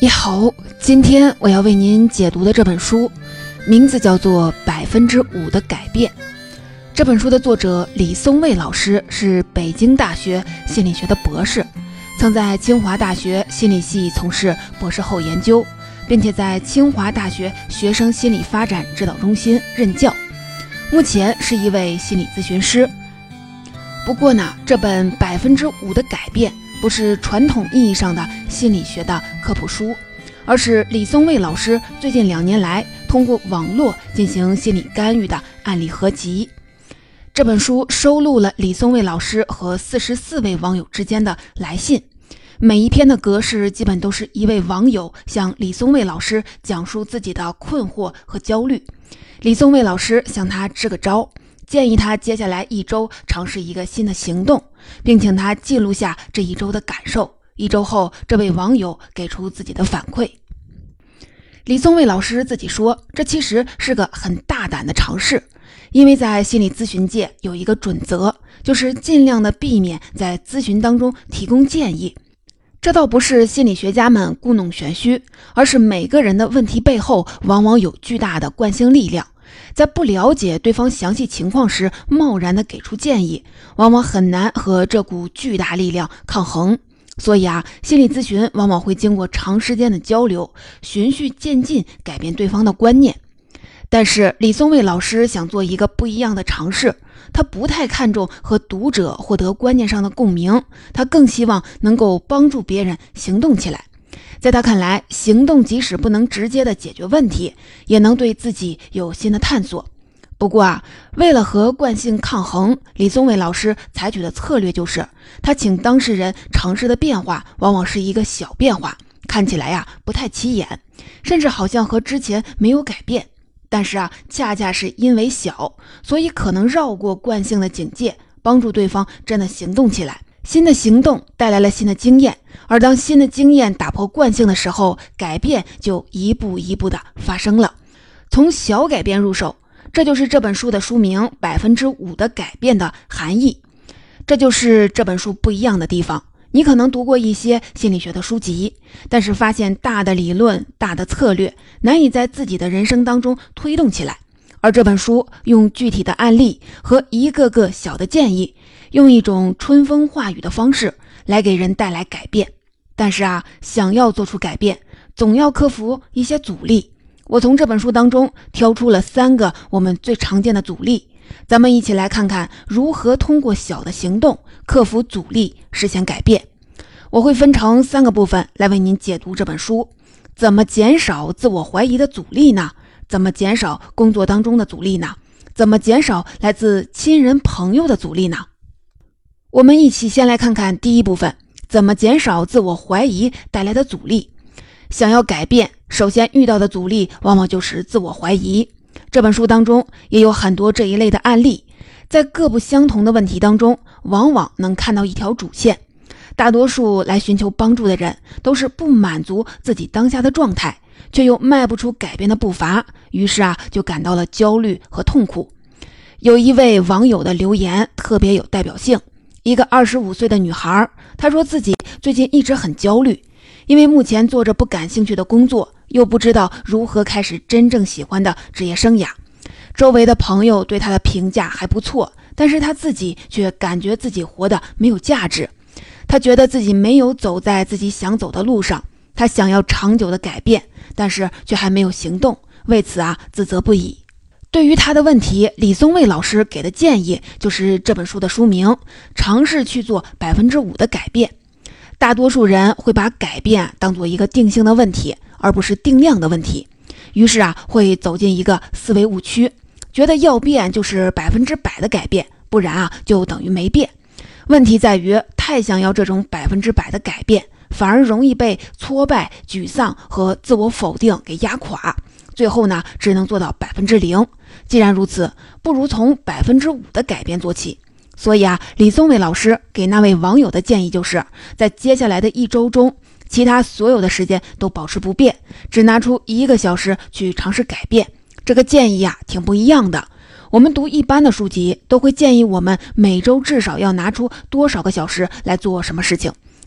你好，今天我要为您解读的这本书名字叫做《5%的改变》。这本书的作者李松蔚老师是北京大学心理学的博士，曾在清华大学心理系从事博士后研究，并且在清华大学学生心理发展指导中心任教，目前是一位心理咨询师。不过呢，这本5%的改变不是传统意义上的心理学的科普书，而是李松蔚老师最近2年来通过网络进行心理干预的案例合集。这本书收录了李松蔚老师和44位网友之间的来信，每一篇的格式基本都是一位网友向李松蔚老师讲述自己的困惑和焦虑，李松蔚老师向他支个招，建议他接下来1周尝试一个新的行动，并请他记录下这1周的感受。1周后，这位网友给出自己的反馈。李松蔚老师自己说，这其实是个很大胆的尝试，因为在心理咨询界有一个准则，就是尽量的避免在咨询当中提供建议。这倒不是心理学家们故弄玄虚，而是每个人的问题背后往往有巨大的惯性力量，在不了解对方详细情况时贸然的给出建议，往往很难和这股巨大力量抗衡。所以心理咨询往往会经过长时间的交流，循序渐进改变对方的观念。但是李松蔚老师想做一个不一样的尝试，他不太看重和读者获得观念上的共鸣，他更希望能够帮助别人行动起来。在他看来，行动即使不能直接的解决问题，也能对自己有新的探索。不过为了和惯性抗衡，李松蔚老师采取的策略就是他请当事人尝试的变化往往是一个小变化，看起来不太起眼，甚至好像和之前没有改变，但是恰恰是因为小，所以可能绕过惯性的警戒，帮助对方真的行动起来。新的行动带来了新的经验，而当新的经验打破惯性的时候，改变就一步一步的发生了。从小改变入手，这就是这本书的书名5%的改变的含义。这就是这本书不一样的地方。你可能读过一些心理学的书籍，但是发现大的理论、大的策略难以在自己的人生当中推动起来。而这本书用具体的案例和一个个小的建议，用一种春风化雨的方式来给人带来改变。但是想要做出改变，总要克服一些阻力。我从这本书当中挑出了3个我们最常见的阻力，咱们一起来看看如何通过小的行动克服阻力，实现改变。我会分成3个部分来为您解读这本书。怎么减少自我怀疑的阻力呢？怎么减少工作当中的阻力呢？怎么减少来自亲人朋友的阻力呢？我们一起先来看看第一部分，怎么减少自我怀疑带来的阻力。想要改变，首先遇到的阻力往往就是自我怀疑。这本书当中也有很多这一类的案例，在各不相同的问题当中，往往能看到一条主线。大多数来寻求帮助的人都是不满足自己当下的状态，却又迈不出改变的步伐，于是就感到了焦虑和痛苦。有一位网友的留言特别有代表性，一个25岁的女孩，她说自己最近一直很焦虑，因为目前做着不感兴趣的工作，又不知道如何开始真正喜欢的职业生涯。周围的朋友对她的评价还不错，但是她自己却感觉自己活得没有价值。她觉得自己没有走在自己想走的路上，她想要长久的改变，但是却还没有行动，为此自责不已。对于她的问题，李松蔚老师给的建议就是这本书的书名，尝试去做5%的改变。大多数人会把改变当做一个定性的问题，而不是定量的问题，于是会走进一个思维误区，觉得要变就是100%的改变，不然就等于没变。问题在于太想要这种100%的改变，反而容易被挫败、沮丧和自我否定给压垮，最后只能做到0%。既然如此，不如从5%的改变做起。所以李松蔚老师给那位网友的建议就是在接下来的1周中，其他所有的时间都保持不变，只拿出1个小时去尝试改变。这个建议挺不一样的。我们读一般的书籍都会建议我们每周至少要拿出多少个小时来做什么事情，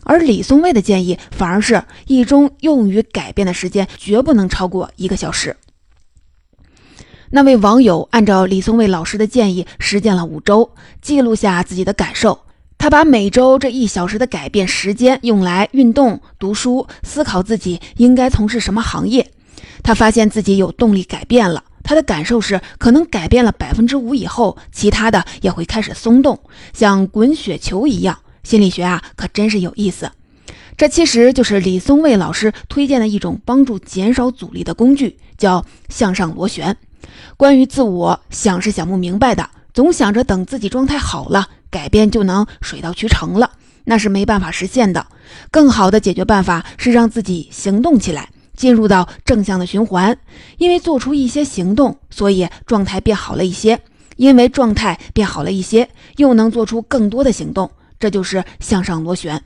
而李松蔚的建议反而是一周用于改变的时间绝不能超过1个小时。那位网友按照李松蔚老师的建议实践了5周，记录下自己的感受。他把每周这1小时的改变时间用来运动、读书、思考自己应该从事什么行业。他发现自己有动力改变了，他的感受是可能改变了5%以后，其他的也会开始松动，像滚雪球一样。心理学可真是有意思。这其实就是李松蔚老师推荐的一种帮助减少阻力的工具，叫向上螺旋。关于自我，想是想不明白的，总想着等自己状态好了，改变就能水到渠成了，那是没办法实现的。更好的解决办法是让自己行动起来，进入到正向的循环。因为做出一些行动，所以状态变好了一些，因为状态变好了一些，又能做出更多的行动，这就是向上螺旋。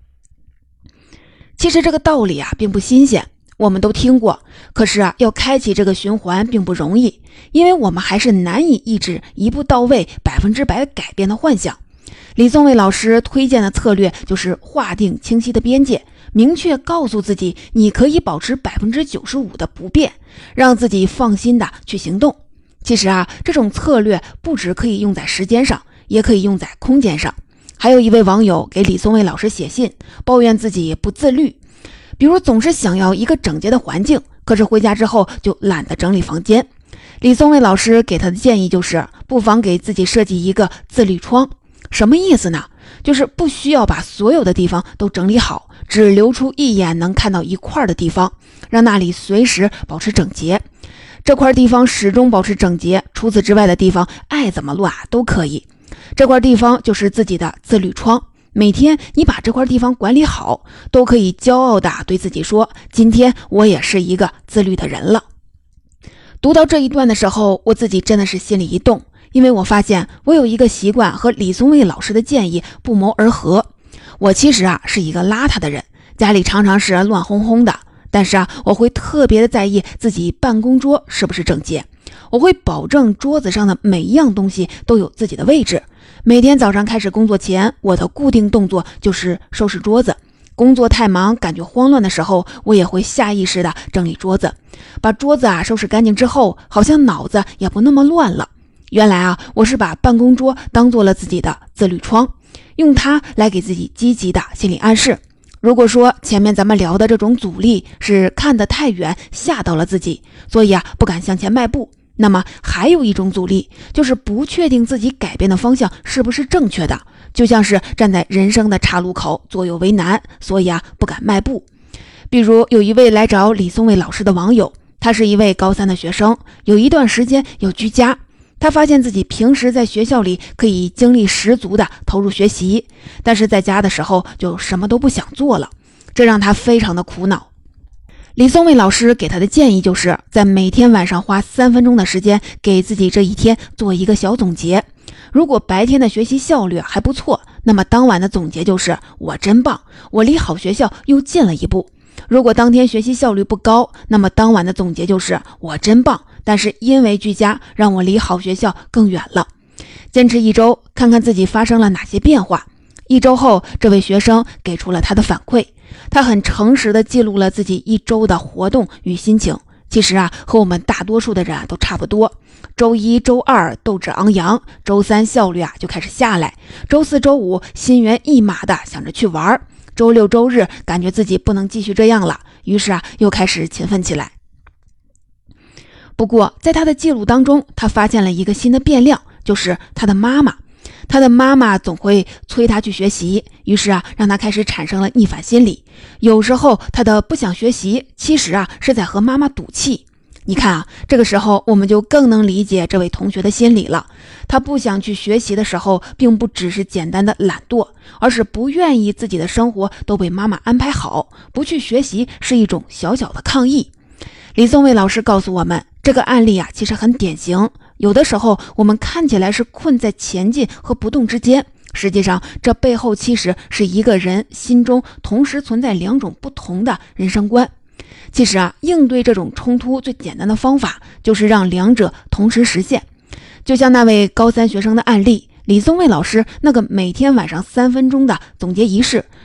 其实这个道理并不新鲜，我们都听过，可是要开启这个循环并不容易，因为我们还是难以抑制一步到位100%改变的幻想。李松蔚老师推荐的策略就是划定清晰的边界，明确告诉自己你可以保持95%的不变，让自己放心的去行动。其实这种策略不只可以用在时间上，也可以用在空间上。还有一位网友给李松蔚老师写信，抱怨自己不自律，比如总是想要一个整洁的环境，可是回家之后就懒得整理房间。李松蔚老师给他的建议就是不妨给自己设计一个自律窗。什么意思呢？就是不需要把所有的地方都整理好，只留出一眼能看到一块的地方，让那里随时保持整洁。这块地方始终保持整洁，除此之外的地方爱怎么乱都可以。这块地方就是自己的自律窗，每天你把这块地方管理好，都可以骄傲地对自己说，今天我也是一个自律的人了。读到这一段的时候，我自己真的是心里一动，因为我发现我有一个习惯和李松蔚老师的建议不谋而合。我其实是一个邋遢的人，家里常常是乱哄哄的，但是我会特别的在意自己办公桌是不是整洁，我会保证桌子上的每一样东西都有自己的位置。每天早上开始工作前，我的固定动作就是收拾桌子。工作太忙感觉慌乱的时候，我也会下意识的整理桌子，把桌子收拾干净之后，好像脑子也不那么乱了。原来我是把办公桌当做了自己的自律窗，用它来给自己积极的心理暗示。如果说前面咱们聊的这种阻力是看得太远吓到了自己，所以不敢向前迈步，那么还有一种阻力就是不确定自己改变的方向是不是正确的，就像是站在人生的岔路口左右为难，所以不敢迈步。比如有一位来找李松蔚老师的网友，他是一位高3的学生，有一段时间要居家。他发现自己平时在学校里可以精力十足的投入学习，但是在家的时候就什么都不想做了，这让他非常的苦恼。李松蔚老师给他的建议就是在每天晚上花3分钟的时间给自己这一天做一个小总结。如果白天的学习效率还不错，那么当晚的总结就是我真棒，我离好学校又近了一步。如果当天学习效率不高，那么当晚的总结就是我真棒，但是因为居家让我离好学校更远了。坚持1周，看看自己发生了哪些变化。1周后，这位学生给出了他的反馈，他很诚实地记录了自己1周的活动与心情。其实和我们大多数的人都差不多。周1、周2斗志昂扬，周3效率就开始下来，周4、周5心猿意马的想着去玩，周6、周日感觉自己不能继续这样了，于是又开始勤奋起来。不过在他的记录当中，他发现了一个新的变量，就是他的妈妈。他的妈妈总会催他去学习，于是让他开始产生了逆反心理。有时候他的不想学习，其实是在和妈妈赌气。你看这个时候我们就更能理解这位同学的心理了。他不想去学习的时候，并不只是简单的懒惰，而是不愿意自己的生活都被妈妈安排好，不去学习是一种小小的抗议。李松蔚老师告诉我们，这个案例其实很典型。有的时候我们看起来是困在前进和不动之间，实际上这背后其实是一个人心中同时存在2种不同的人生观。其实应对这种冲突最简单的方法就是让2者同时实现。就像那位高3学生的案例，李松蔚老师那个每天晚上3分钟的总结仪式，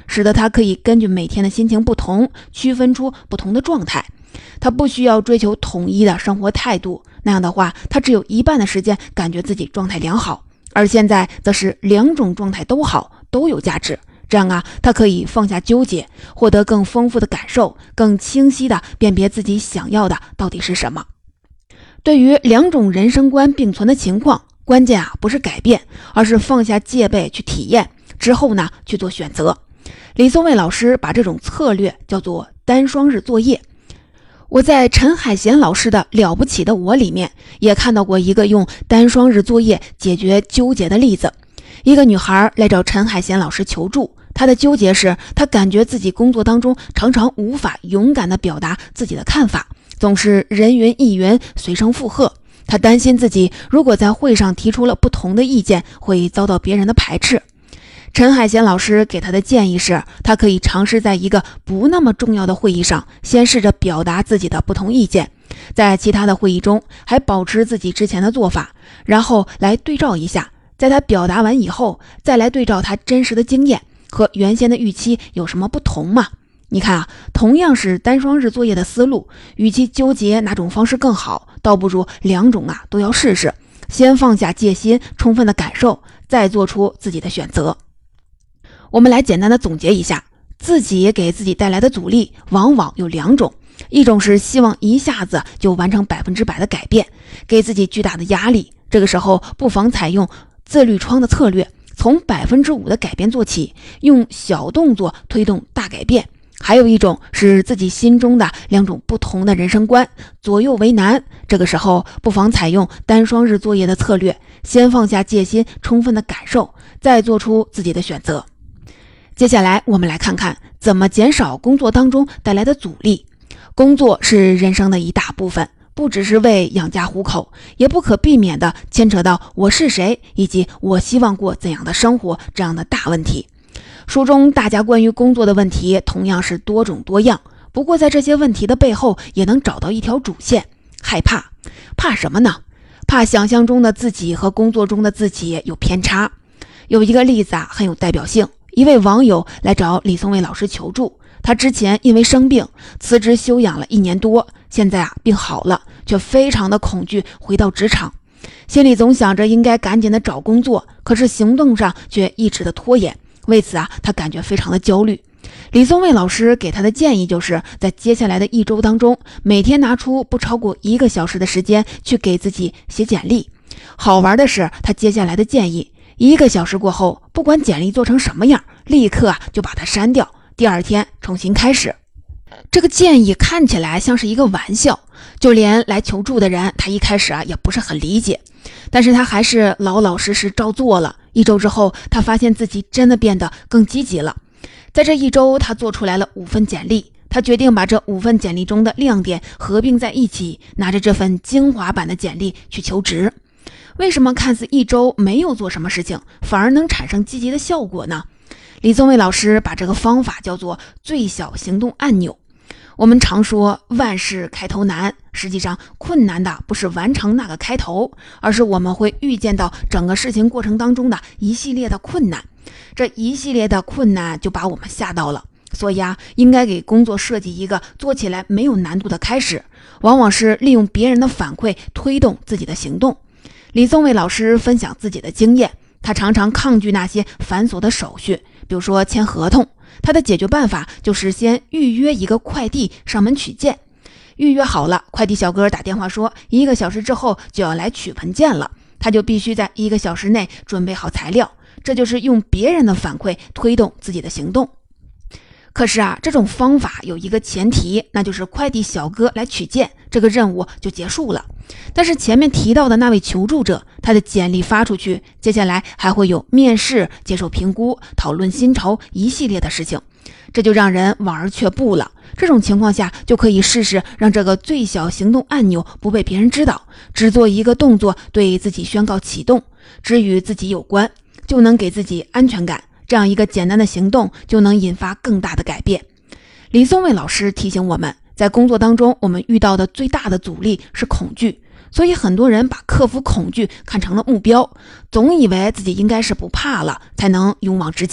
使得他可以根据每天的心情不同，区分出不同的状态。他不需要追求统一的生活态度，那样的话，他只有一半的时间感觉自己状态良好，而现在则是两种状态都好，都有价值。这样啊，他可以放下纠结，获得更丰富的感受，更清晰地辨别自己想要的到底是什么。对于两种人生观并存的情况，关键不是改变，而是放下戒备去体验，之后呢去做选择。李松蔚老师把这种策略叫做单双日作业。我在陈海贤老师的《了不起的我》里面也看到过一个用单双日作业解决纠结的例子。一个女孩来找陈海贤老师求助，她的纠结是她感觉自己工作当中常常无法勇敢地表达自己的看法，总是人云亦云，随声附和。她担心自己如果在会上提出了不同的意见，会遭到别人的排斥。陈海贤老师给他的建议是，他可以尝试在一个不那么重要的会议上，先试着表达自己的不同意见，在其他的会议中还保持自己之前的做法，然后来对照一下，在他表达完以后，再来对照他真实的经验和原先的预期有什么不同嘛？你看啊，同样是单双日作业的思路，与其纠结哪种方式更好，倒不如两种都要试试，先放下戒心，充分的感受，再做出自己的选择。我们来简单的总结一下，自己给自己带来的阻力往往有两种，一种是希望一下子就完成100%的改变，给自己巨大的压力，这个时候不妨采用自律窗的策略，从5%的改变做起，用小动作推动大改变。还有一种是自己心中的两种不同的人生观，左右为难，这个时候不妨采用单双日作业的策略，先放下戒心，充分的感受，再做出自己的选择。接下来我们来看看怎么减少工作当中带来的阻力。工作是人生的一大部分，不只是为养家糊口，也不可避免地牵扯到我是谁以及我希望过怎样的生活这样的大问题。书中大家关于工作的问题同样是多种多样，不过在这些问题的背后也能找到一条主线：害怕。怕什么呢？怕想象中的自己和工作中的自己有偏差。有一个例子很有代表性，一位网友来找李松蔚老师求助，他之前因为生病辞职休养了1年多，现在病好了，却非常的恐惧回到职场，心里总想着应该赶紧的找工作，可是行动上却一直的拖延，为此他感觉非常的焦虑。李松蔚老师给他的建议就是在接下来的1周当中，每天拿出不超过1个小时的时间去给自己写简历。好玩的是，他接下来的建议，1个小时过后，不管简历做成什么样，立刻就把它删掉，第2天重新开始。这个建议看起来像是一个玩笑，就连来求助的人他一开始也不是很理解，但是他还是老老实实照做了。1周之后，他发现自己真的变得更积极了。在这1周，他做出来了5份简历，他决定把这5份简历中的亮点合并在一起，拿着这份精华版的简历去求职。为什么看似1周没有做什么事情，反而能产生积极的效果呢？李松蔚老师把这个方法叫做最小行动按钮。我们常说万事开头难，实际上困难的不是完成那个开头，而是我们会预见到整个事情过程当中的一系列的困难，这一系列的困难就把我们吓到了。所以应该给工作设计一个做起来没有难度的开始，往往是利用别人的反馈推动自己的行动。李松蔚老师分享自己的经验，他常常抗拒那些繁琐的手续，比如说签合同。他的解决办法就是先预约一个快递上门取件，预约好了，快递小哥打电话说1个小时之后就要来取文件了，他就必须在1个小时内准备好材料，这就是用别人的反馈推动自己的行动。可是这种方法有一个前提，那就是快递小哥来取件，这个任务就结束了。但是前面提到的那位求助者，他的简历发出去，接下来还会有面试、接受评估、讨论薪酬一系列的事情，这就让人望而却步了。这种情况下，就可以试试让这个最小行动按钮不被别人知道，只做一个动作对自己宣告启动，只与自己有关，就能给自己安全感。这样一个简单的行动就能引发更大的改变。李松蔚老师提醒我们，在工作当中我们遇到的最大的阻力是恐惧，所以很多人把克服恐惧看成了目标，总以为自己应该是不怕了才能勇往直前。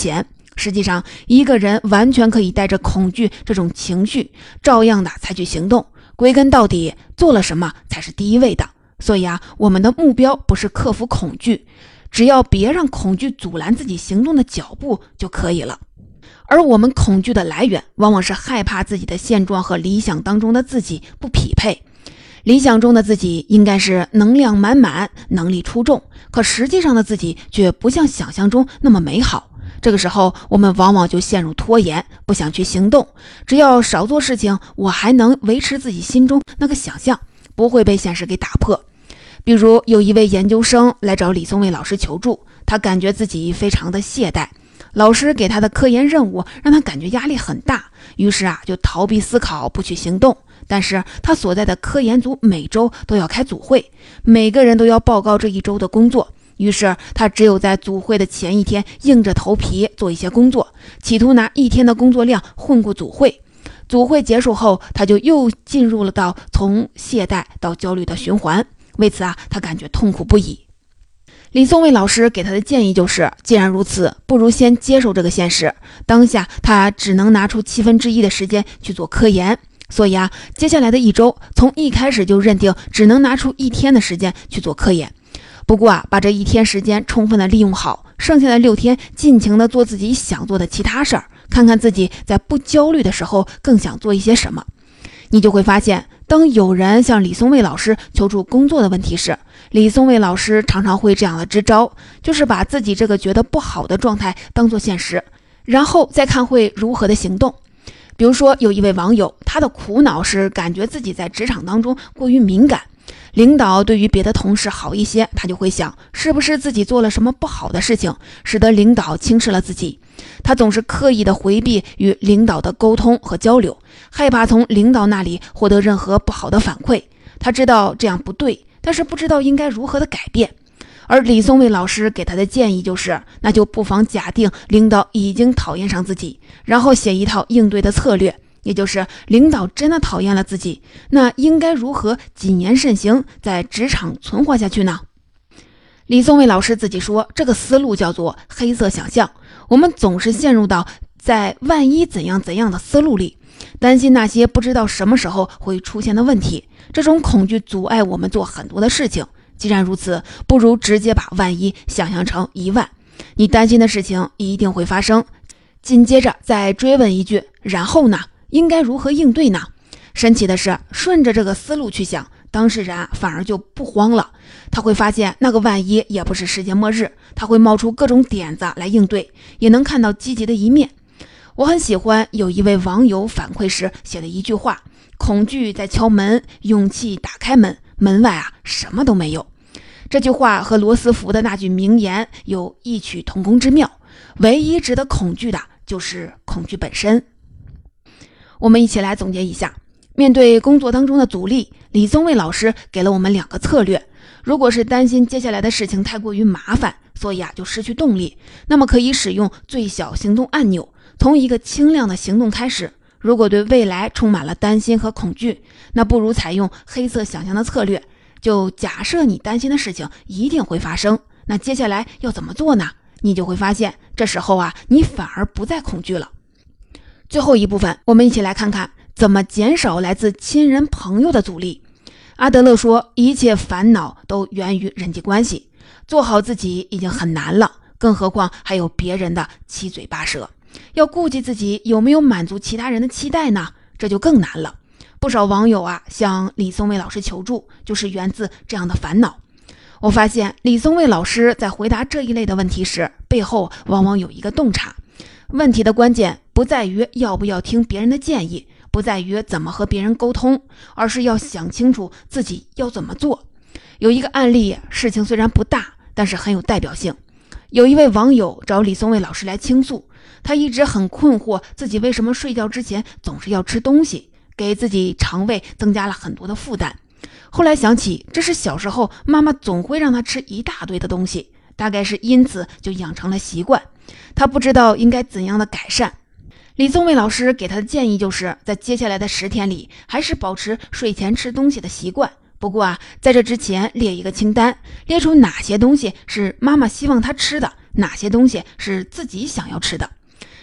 实际上，一个人完全可以带着恐惧这种情绪，照样的采取行动。归根到底，做了什么才是第一位的。所以我们的目标不是克服恐惧，只要别让恐惧阻拦自己行动的脚步就可以了。而我们恐惧的来源，往往是害怕自己的现状和理想当中的自己不匹配。理想中的自己应该是能量满满，能力出众，可实际上的自己却不像想象中那么美好。这个时候，我们往往就陷入拖延，不想去行动。只要少做事情，我还能维持自己心中那个想象，不会被现实给打破。比如有一位研究生来找李松蔚老师求助，他感觉自己非常的懈怠，老师给他的科研任务让他感觉压力很大，于是就逃避思考，不去行动。但是他所在的科研组每周都要开组会，每个人都要报告这一周的工作，于是他只有在组会的前一天硬着头皮做一些工作，企图拿一天的工作量混过组会。组会结束后，他就又进入了到从懈怠到焦虑的循环，为此他感觉痛苦不已。李松蔚老师给他的建议就是，既然如此，不如先接受这个现实。当下他只能拿出1/7的时间去做科研，所以接下来的一周从一开始就认定只能拿出1天的时间去做科研。不过把这1天时间充分的利用好，剩下的6天尽情的做自己想做的其他事儿，看看自己在不焦虑的时候更想做一些什么。你就会发现，当有人向李松蔚老师求助工作的问题时，李松蔚老师常常会这样的支招，就是把自己这个觉得不好的状态当作现实，然后再看会如何的行动。比如说有一位网友，他的苦恼是感觉自己在职场当中过于敏感，领导对于别的同事好一些，他就会想是不是自己做了什么不好的事情，使得领导轻视了自己。他总是刻意的回避与领导的沟通和交流，害怕从领导那里获得任何不好的反馈。他知道这样不对，但是不知道应该如何的改变。而李松蔚老师给他的建议就是，那就不妨假定领导已经讨厌上自己，然后写一套应对的策略，也就是领导真的讨厌了自己，那应该如何谨言慎行，在职场存活下去呢？李松蔚老师自己说，这个思路叫做黑色想象。我们总是陷入到在万一怎样怎样的思路里，担心那些不知道什么时候会出现的问题，这种恐惧阻碍我们做很多的事情。既然如此，不如直接把万一想象成10000，你担心的事情一定会发生，紧接着再追问一句，然后呢？应该如何应对呢？神奇的是，顺着这个思路去想，当事人反而就不慌了。他会发现那个万一也不是世界末日，他会冒出各种点子来应对，也能看到积极的一面。我很喜欢有一位网友反馈时写的一句话，恐惧在敲门，勇气打开门，门外什么都没有。这句话和罗斯福的那句名言有异曲同工之妙，唯一值得恐惧的就是恐惧本身。我们一起来总结一下，面对工作当中的阻力，李松蔚老师给了我们2个策略。如果是担心接下来的事情太过于麻烦，所以就失去动力，那么可以使用最小行动按钮，从一个轻量的行动开始。如果对未来充满了担心和恐惧，那不如采用黑色想象的策略，就假设你担心的事情一定会发生，那接下来要怎么做呢？你就会发现，这时候你反而不再恐惧了。最后一部分，我们一起来看看怎么减少来自亲人朋友的阻力。阿德勒说，一切烦恼都源于人际关系，做好自己已经很难了，更何况还有别人的七嘴八舌，要顾及自己有没有满足其他人的期待呢？这就更难了。不少网友向李松蔚老师求助，就是源自这样的烦恼。我发现李松蔚老师在回答这一类的问题时，背后往往有一个洞察。问题的关键不在于要不要听别人的建议，不在于怎么和别人沟通，而是要想清楚自己要怎么做。有一个案例，事情虽然不大，但是很有代表性。有一位网友找李松蔚老师来倾诉，他一直很困惑自己为什么睡觉之前总是要吃东西，给自己肠胃增加了很多的负担。后来想起，这是小时候妈妈总会让他吃一大堆的东西，大概是因此就养成了习惯。他不知道应该怎样的改善。李松蔚老师给他的建议就是在接下来的10天里，还是保持睡前吃东西的习惯。不过在这之前列一个清单，列出哪些东西是妈妈希望他吃的，哪些东西是自己想要吃的。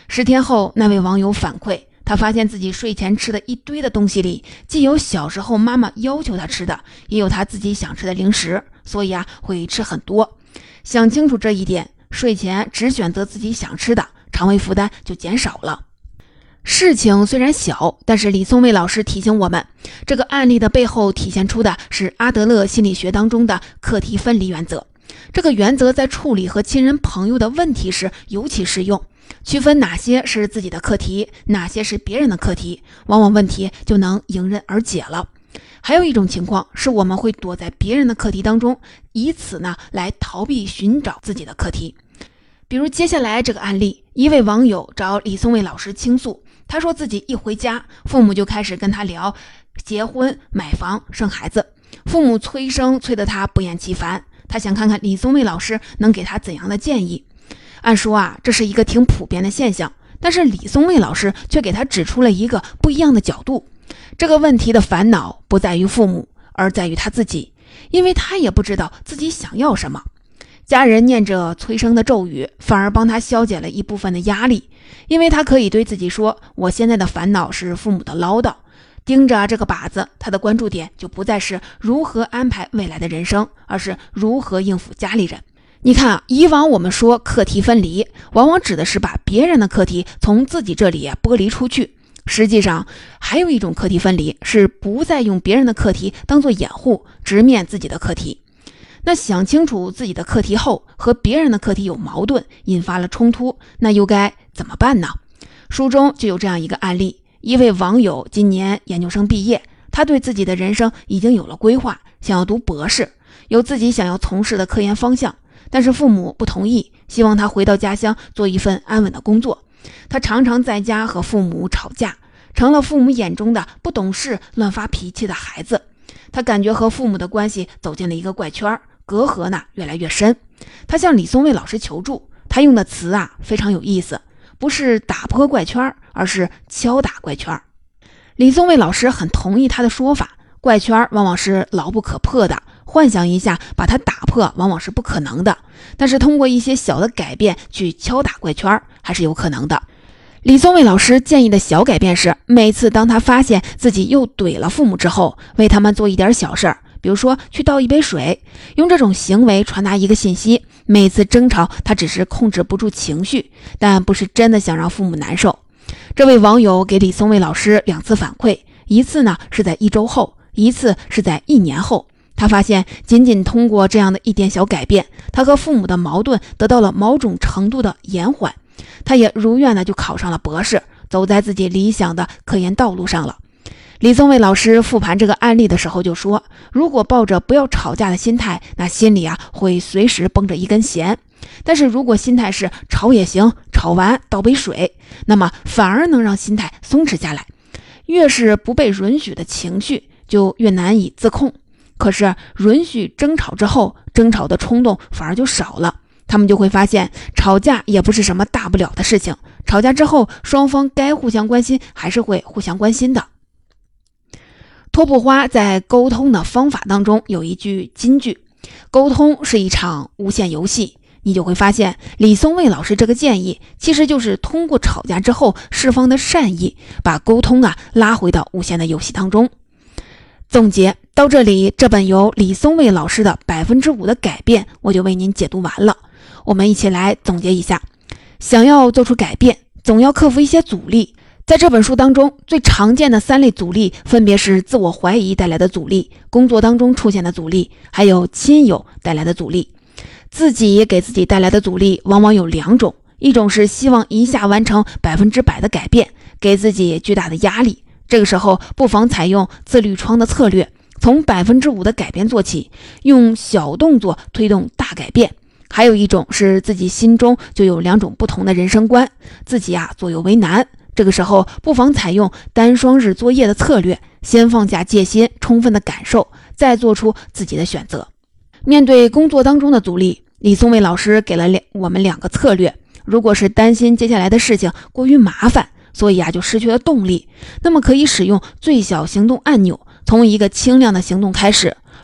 10天后，那位网友反馈，他发现自己睡前吃的一堆的东西里，既有小时候妈妈要求他吃的，也有他自己想吃的零食，所以会吃很多。想清楚这一点，睡前只选择自己想吃的，肠胃负担就减少了。事情虽然小，但是李松蔚老师提醒我们，这个案例的背后体现出的是阿德勒心理学当中的课题分离原则。这个原则在处理和亲人朋友的问题时尤其适用，区分哪些是自己的课题，哪些是别人的课题，往往问题就能迎刃而解了。还有一种情况是我们会躲在别人的课题当中，以此来逃避寻找自己的课题。比如接下来这个案例，一位网友找李松蔚老师倾诉，他说自己一回家，父母就开始跟他聊结婚、买房、生孩子，父母催生催得他不厌其烦，他想看看李松蔚老师能给他怎样的建议。按说这是一个挺普遍的现象，但是李松蔚老师却给他指出了一个不一样的角度。这个问题的烦恼不在于父母，而在于他自己，因为他也不知道自己想要什么。家人念着催生的咒语，反而帮他消解了一部分的压力，因为他可以对自己说，我现在的烦恼是父母的唠叨。盯着这个靶子，他的关注点就不再是如何安排未来的人生，而是如何应付家里人。你看以往我们说课题分离，往往指的是把别人的课题从自己这里剥离出去。实际上还有一种课题分离，是不再用别人的课题当作掩护，直面自己的课题。那想清楚自己的课题后，和别人的课题有矛盾，引发了冲突，那又该怎么办呢？书中就有这样一个案例，一位网友今年研究生毕业，他对自己的人生已经有了规划，想要读博士，有自己想要从事的科研方向，但是父母不同意，希望他回到家乡做一份安稳的工作。他常常在家和父母吵架，成了父母眼中的不懂事、乱发脾气的孩子。他感觉和父母的关系走进了一个怪圈，隔阂越来越深。他向李松蔚老师求助，他用的词非常有意思，不是打破怪圈，而是敲打怪圈。李松蔚老师很同意他的说法，怪圈往往是牢不可破的，幻想一下把它打破往往是不可能的，但是通过一些小的改变去敲打怪圈还是有可能的。李松蔚老师建议的小改变是，每次当他发现自己又怼了父母之后，为他们做一点小事儿，比如说去倒一杯水，用这种行为传达一个信息，每次争吵他只是控制不住情绪，但不是真的想让父母难受。这位网友给李松蔚老师2次反馈，一次是在1周后，一次是在1年后。他发现仅仅通过这样的一点小改变，他和父母的矛盾得到了某种程度的延缓，他也如愿的就考上了博士，走在自己理想的科研道路上了。李松蔚老师复盘这个案例的时候就说，如果抱着不要吵架的心态，那心里会随时绷着一根弦，但是如果心态是吵也行，吵完倒杯水，那么反而能让心态松弛下来。越是不被允许的情绪，就越难以自控。可是允许争吵之后，争吵的冲动反而就少了，他们就会发现吵架也不是什么大不了的事情，吵架之后双方该互相关心还是会互相关心的。托布花在沟通的方法当中有一句金句，沟通是一场无限游戏。你就会发现李松蔚老师这个建议其实就是通过吵架之后释放的善意，把沟通拉回到无限的游戏当中。总结到这里，这本由李松蔚老师的5%的改变我就为您解读完了。我们一起来总结一下，想要做出改变，总要克服一些阻力。在这本书当中，最常见的3类阻力分别是自我怀疑带来的阻力、工作当中出现的阻力，还有亲友带来的阻力。自己给自己带来的阻力往往有2种，一种是希望一下完成100%的改变，给自己巨大的压力，这个时候不妨采用自律窗的策略，从5%的改变做起，用小动作推动大改变。还有一种是自己心中就有2种不同的人生观，自己左右为难，这个时候不妨采用单双日作业的策略，先放下戒心，充分的感受，再做出自己的选择。面对工作当中的阻力，李松蔚老师给了我们2个策略。如果是担心接下来的事情过于麻烦，所以就失去了动力，那么可以使用最小行动按钮，从一个轻量的行动开始。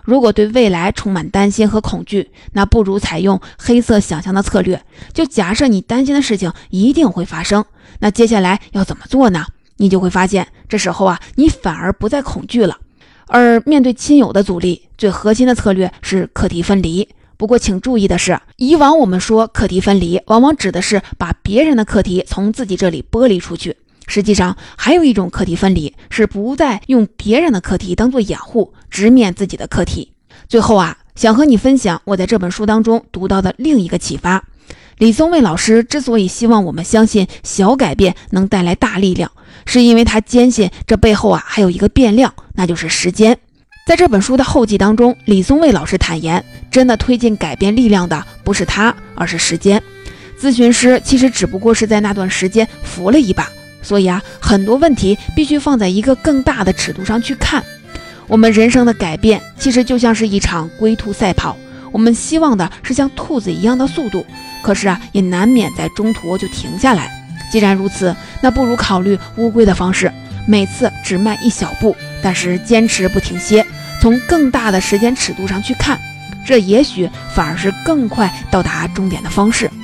如果对未来充满担心和恐惧，那不如采用黑色想象的策略。就假设你担心的事情一定会发生，那接下来要怎么做呢？你就会发现，这时候你反而不再恐惧了。而面对亲友的阻力，最核心的策略是课题分离。不过请注意的是，以往我们说课题分离，往往指的是把别人的课题从自己这里剥离出去。实际上还有一种课题分离，是不再用别人的课题当作掩护，直面自己的课题。最后想和你分享我在这本书当中读到的另一个启发。李松蔚老师之所以希望我们相信小改变能带来大力量，是因为他坚信这背后还有一个变量，那就是时间。在这本书的后记当中，李松蔚老师坦言，真的推进改变力量的不是他，而是时间。咨询师其实只不过是在那段时间扶了一把，所以很多问题必须放在一个更大的尺度上去看。我们人生的改变其实就像是一场龟兔赛跑，我们希望的是像兔子一样的速度，可是也难免在中途就停下来。既然如此，那不如考虑乌龟的方式，每次只迈一小步，但是坚持不停歇，从更大的时间尺度上去看，这也许反而是更快到达终点的方式。